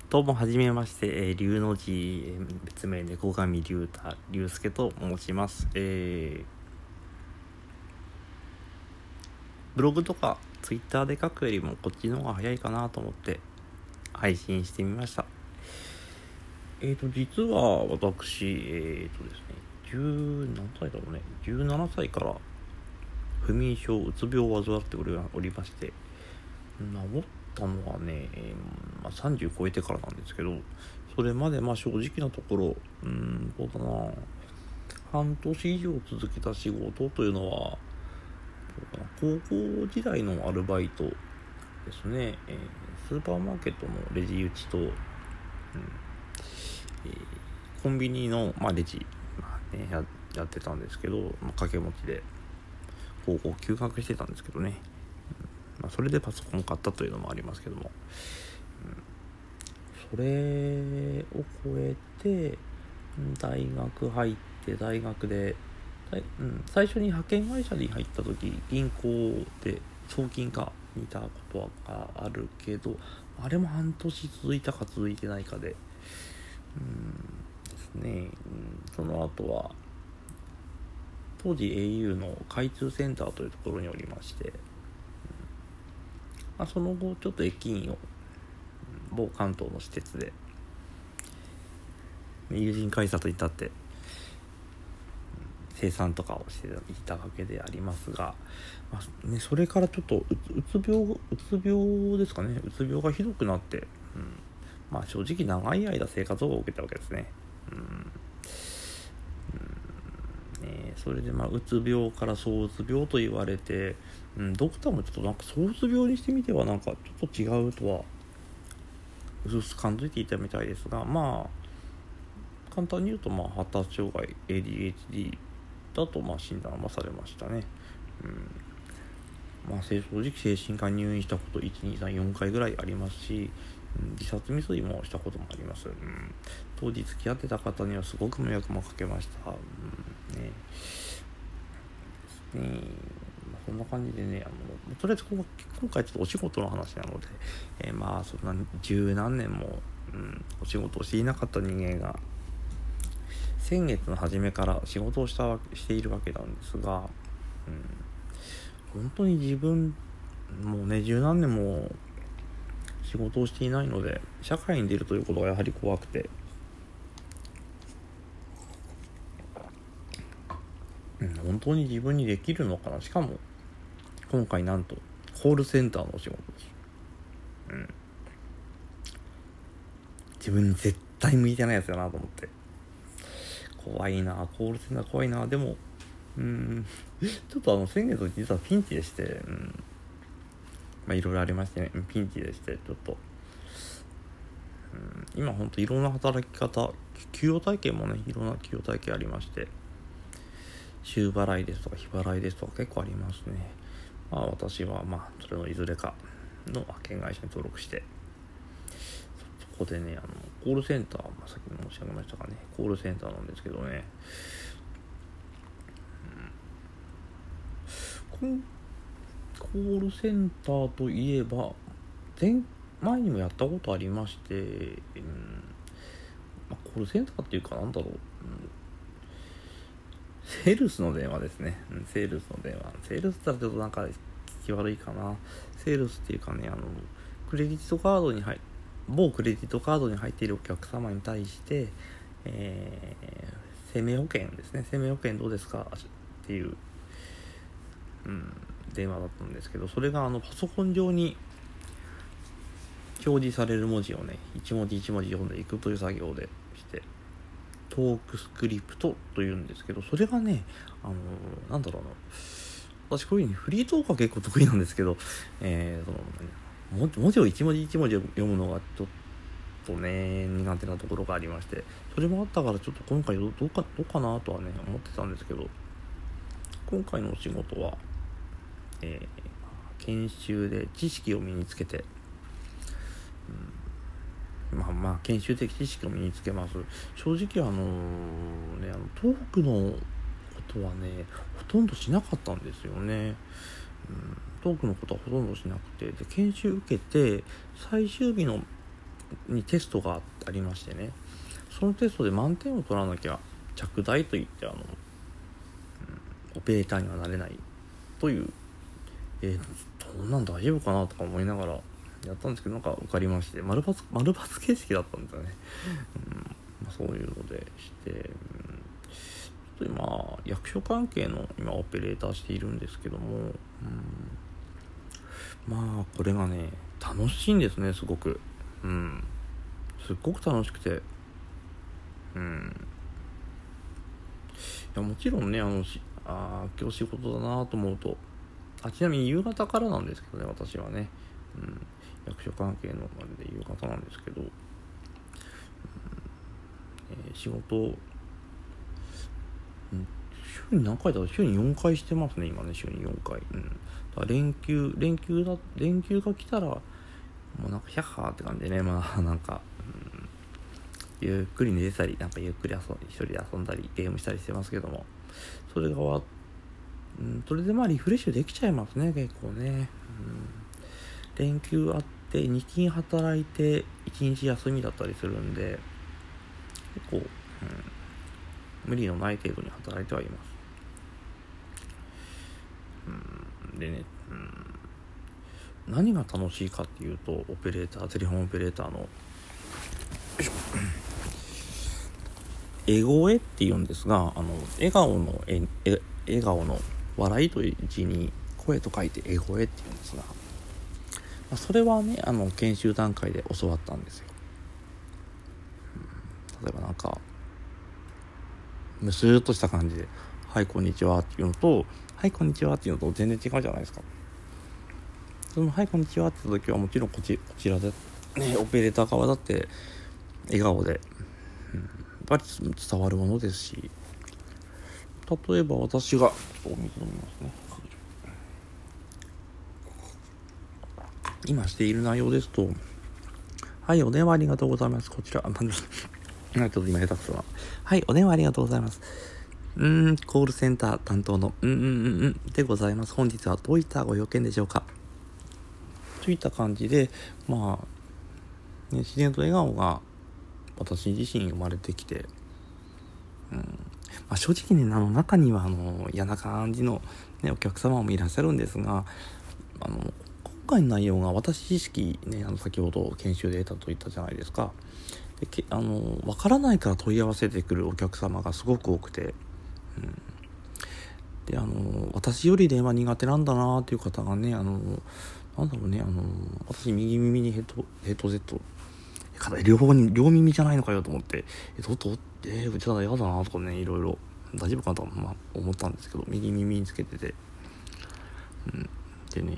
どうもはじめまして、龍の字、別名猫神龍太龍介と申します。ブログとかツイッターで書くよりもこっちの方が早いかなと思って配信してみました。実は私、ですね、何歳だろうね、17歳から不眠症、うつ病を患っておりまして、治ったのはね、30超えてからなんですけど、それまで正直なところ、そうだな、半年以上続けた仕事というのは、高校時代のアルバイトですね、スーパーマーケットのレジ打ちと、コンビニの、レジ、やってたんですけど、掛け持ちで高校休学してたんですけどね、それでパソコン買ったというのもありますけども、それを超えて大学入って、大学で、最初に派遣会社に入った時、銀行で送金課にいたことはあるけど、あれも半年続いたか続いてないかで、ですね、その後は当時 au の開通センターというところにおりまして、その後ちょっと駅員を某関東の施設で友人会社と至って生産とかをしていたわけでありますが、それからちょっとうつ病ですかね、うつ病がひどくなって、正直長い間生活を受けたわけですね。それでうつ病から躁うつ病と言われて、ドクターもちょっと躁うつ病にしてみてはちょっと違うとはうすうす感づいていたみたいですが、簡単に言うと発達障害 ADHD だと診断はされましたね。正直精神科に入院したこと1、2、3、4回ぐらいありますし、自殺未遂もしたこともあります。当時付き合ってた方にはすごく迷惑もかけました。そんな感じでね、とりあえず今回ちょっとお仕事の話なので、そんな十何年も、お仕事をしていなかった人間が先月の初めから仕事をしているわけなんですが、本当に自分もうね十何年も仕事をしていないので、社会に出るということがやはり怖くて、本当に自分にできるのかな。しかも今回なんとコールセンターのお仕事です。自分絶対向いてないやつだなと思って、怖いな、コールセンター怖いな。でもちょっと先月実はピンチでして、いろいろありましてね、ピンチでしてちょっと、今ほんといろんな働き方、給与体系もね、いろんな給与体系ありまして、週払いですとか日払いですとか結構ありますね。私はそれのいずれかの派遣会社に登録して、そこでね、コールセンター、さっき申し上げましたかね、コールセンターなんですけどね、コールセンターといえば前にもやったことありまして、コールセンターっていうかセールスの電話ですね。セールスの電話。セールスって言うと聞き悪いかな。セールスっていうかね、クレジットカードに某クレジットカードに入っているお客様に対して、生命保険ですね。生命保険どうですかっていう、電話だったんですけど、それがパソコン上に表示される文字をね、一文字一文字読んでいくという作業でして、トークスクリプトというんですけど、それがね、私こういう風にフリートークは結構得意なんですけど、文字を一文字一文字読むのがちょっとね苦手なところがありまして、それもあったからちょっと今回どうかなとはね思ってたんですけど、今回のお仕事は、研修で知識を身につけて、研修的知識を身につけます。正直トークのことはねほとんどしなかったんですよね。トークのことはほとんどしなくて、で研修受けて最終日のにテストがありましてね、そのテストで満点を取らなきゃ着大といってオペレーターにはなれないという、そんなん大丈夫かなとか思いながらやったんですけど、なんか受かりまして、丸抜形式だったんですよね。そういうのでして、ちょっと今役所関係の今オペレーターしているんですけども、まあこれがね楽しいんですね、すごく。すっごく楽しくて、いやもちろんね今日仕事だなと思うと、ちなみに夕方からなんですけどね、私はね、役所関係のあれで夕方なんですけど、仕事、週に何回だろう、週に4回してますね今ね、週に4回。だ連休が来たらもうなんかヒャッハーって感じでね、なんか、ゆっくり寝てたり、なんかゆっくり一人で遊んだりゲームしたりしてますけども、それでリフレッシュできちゃいますね、結構ね。連休あって2勤働いて1日休みだったりするんで、結構、無理のない程度に働いてはいます。でね、何が楽しいかっていうと、テレフォンオペレーターのエゴエっていうんですが、笑顔の笑いという字に声と書いてエゴエっていうんですが、それはね研修段階で教わったんですよ。例えばなんかムスーっとした感じではいこんにちはっていうのとはいこんにちはっていうのと全然違うじゃないですか。そのはいこんにちはって言った時はもちろんこちらで、オペレーター側だって笑顔で、やっぱり伝わるものですし、例えば私がお水飲みますね。今している内容ですと、はいお電話ありがとうございます、こちらちょっと今下手くそな、はいお電話ありがとうございます、コールセンター担当のでございます。本日はどういったご用件でしょうか、といった感じで、自然と笑顔が私自身生まれてきて、正直ね中には嫌な感じの、お客様もいらっしゃるんですが、今回の内容が私意識ね、先ほど研修で得たと言ったじゃないですか。で分からないから問い合わせてくるお客様がすごく多くて、で私より電話苦手なんだなっていう方がね、私右耳にヘッドセット両耳じゃないのかよと思って、うちは嫌だなとかね、いろいろ大丈夫かなと思ったんですけど、右耳につけてて、でね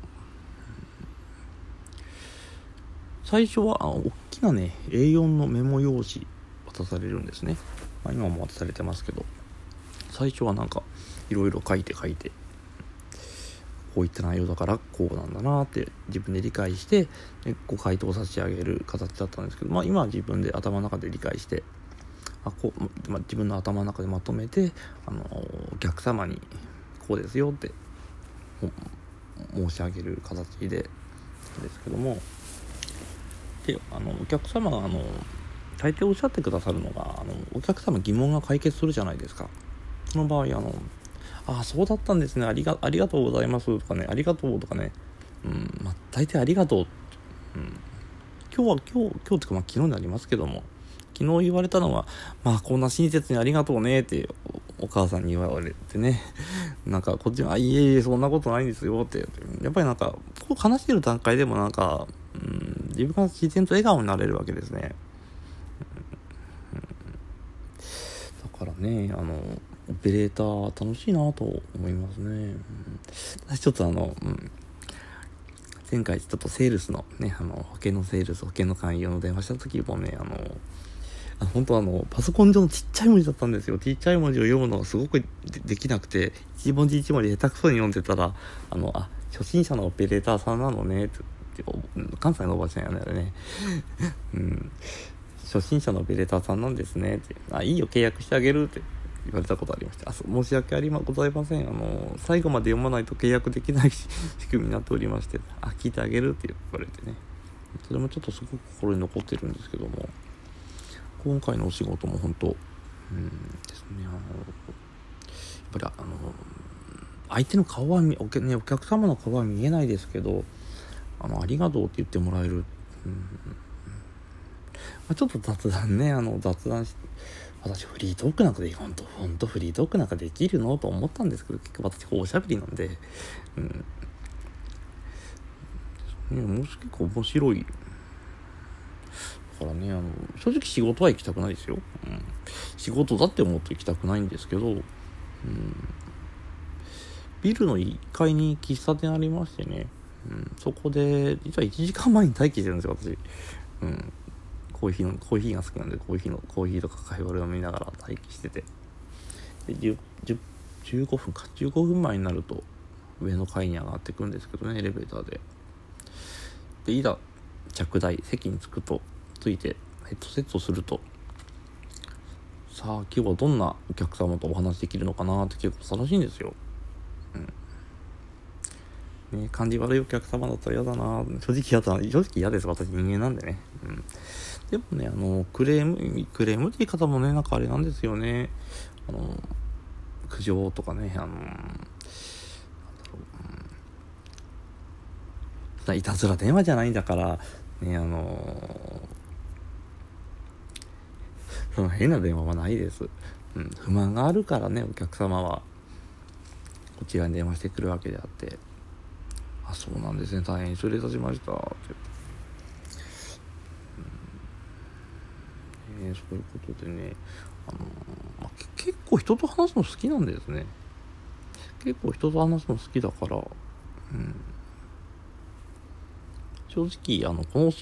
最初は大きなね A4 のメモ用紙渡されるんですね。今も渡されてますけど、最初はなんかいろいろ書いてこういった内容だからこうなんだなって自分で理解して、ご回答差し上げる形だったんですけど、今は自分で頭の中で理解して自分の頭の中でまとめてお客様にこうですよって申し上げる形ですけども、でお客様が大抵おっしゃってくださるのがお客様疑問が解決するじゃないですか。その場合そうだったんですね、ありがとうございますとかね、ありがとうとかね、大体ありがとう、今日ってか昨日になりますけども、昨日言われたのはこんな親切にありがとうねってお母さんに言われてね、なんかこっちがいえそんなことないんですよって、やっぱりなんかこう話してる段階でもなんか、自分が自然と笑顔になれるわけですね。だからねオペレーター楽しいなと思いますね。私ちょっと前回ちょっとセールスのね保険のセールス、保険の勧誘の電話した時もね本当パソコン上のちっちゃい文字だったんですよ。ちっちゃい文字を読むのがすごく できなくて、一文字一文字下手くそに読んでたら初心者のオペレーターさんなのねって関西のおばちゃんやねあれね初心者のオペレーターさんなんですねっていいよ契約してあげるって言われたことありました。申し訳ございません、最後まで読まないと契約できない仕組みになっておりまして、聞いてあげるって言われてね、 それもちょっとすごく心に残ってるんですけども、今回のお仕事も本当ですね、やっぱり相手の顔はお客様の顔は見えないですけど、ありがとうって言ってもらえる、ちょっと雑談ね、雑談し私フリートークなんかで本当フリートークなんかできるのと思ったんですけど、結局私おしゃべりなんで、もう結構面白いからね、正直仕事は行きたくないですよ、仕事だって思って行きたくないんですけど、ビルの1階に喫茶店ありましてね、そこで実は1時間前に待機してるんですよ私。コーヒーが好きなんで、コーヒーとかカフェオレ飲みながら待機してて、で15分前になると上の階に上がってくんですけどね、エレベーターで。でいざ着台席に着いてヘッドセットすると、さあ今日はどんなお客様とお話できるのかなって結構楽しいんですよ。感じ悪いお客様だったら嫌だな、正直嫌です、私人間なんでね。でもね、クレームって言い方もね、なんかあれなんですよね。苦情とかね、いたずら電話じゃないんだからね、その変な電話はないです。不満があるからね、お客様はこちらに電話してくるわけであって、そうなんですね、大変失礼いたしましたって、そういうことでね、結構人と話すの好きなんですね。結構人と話すの好きだから、正直この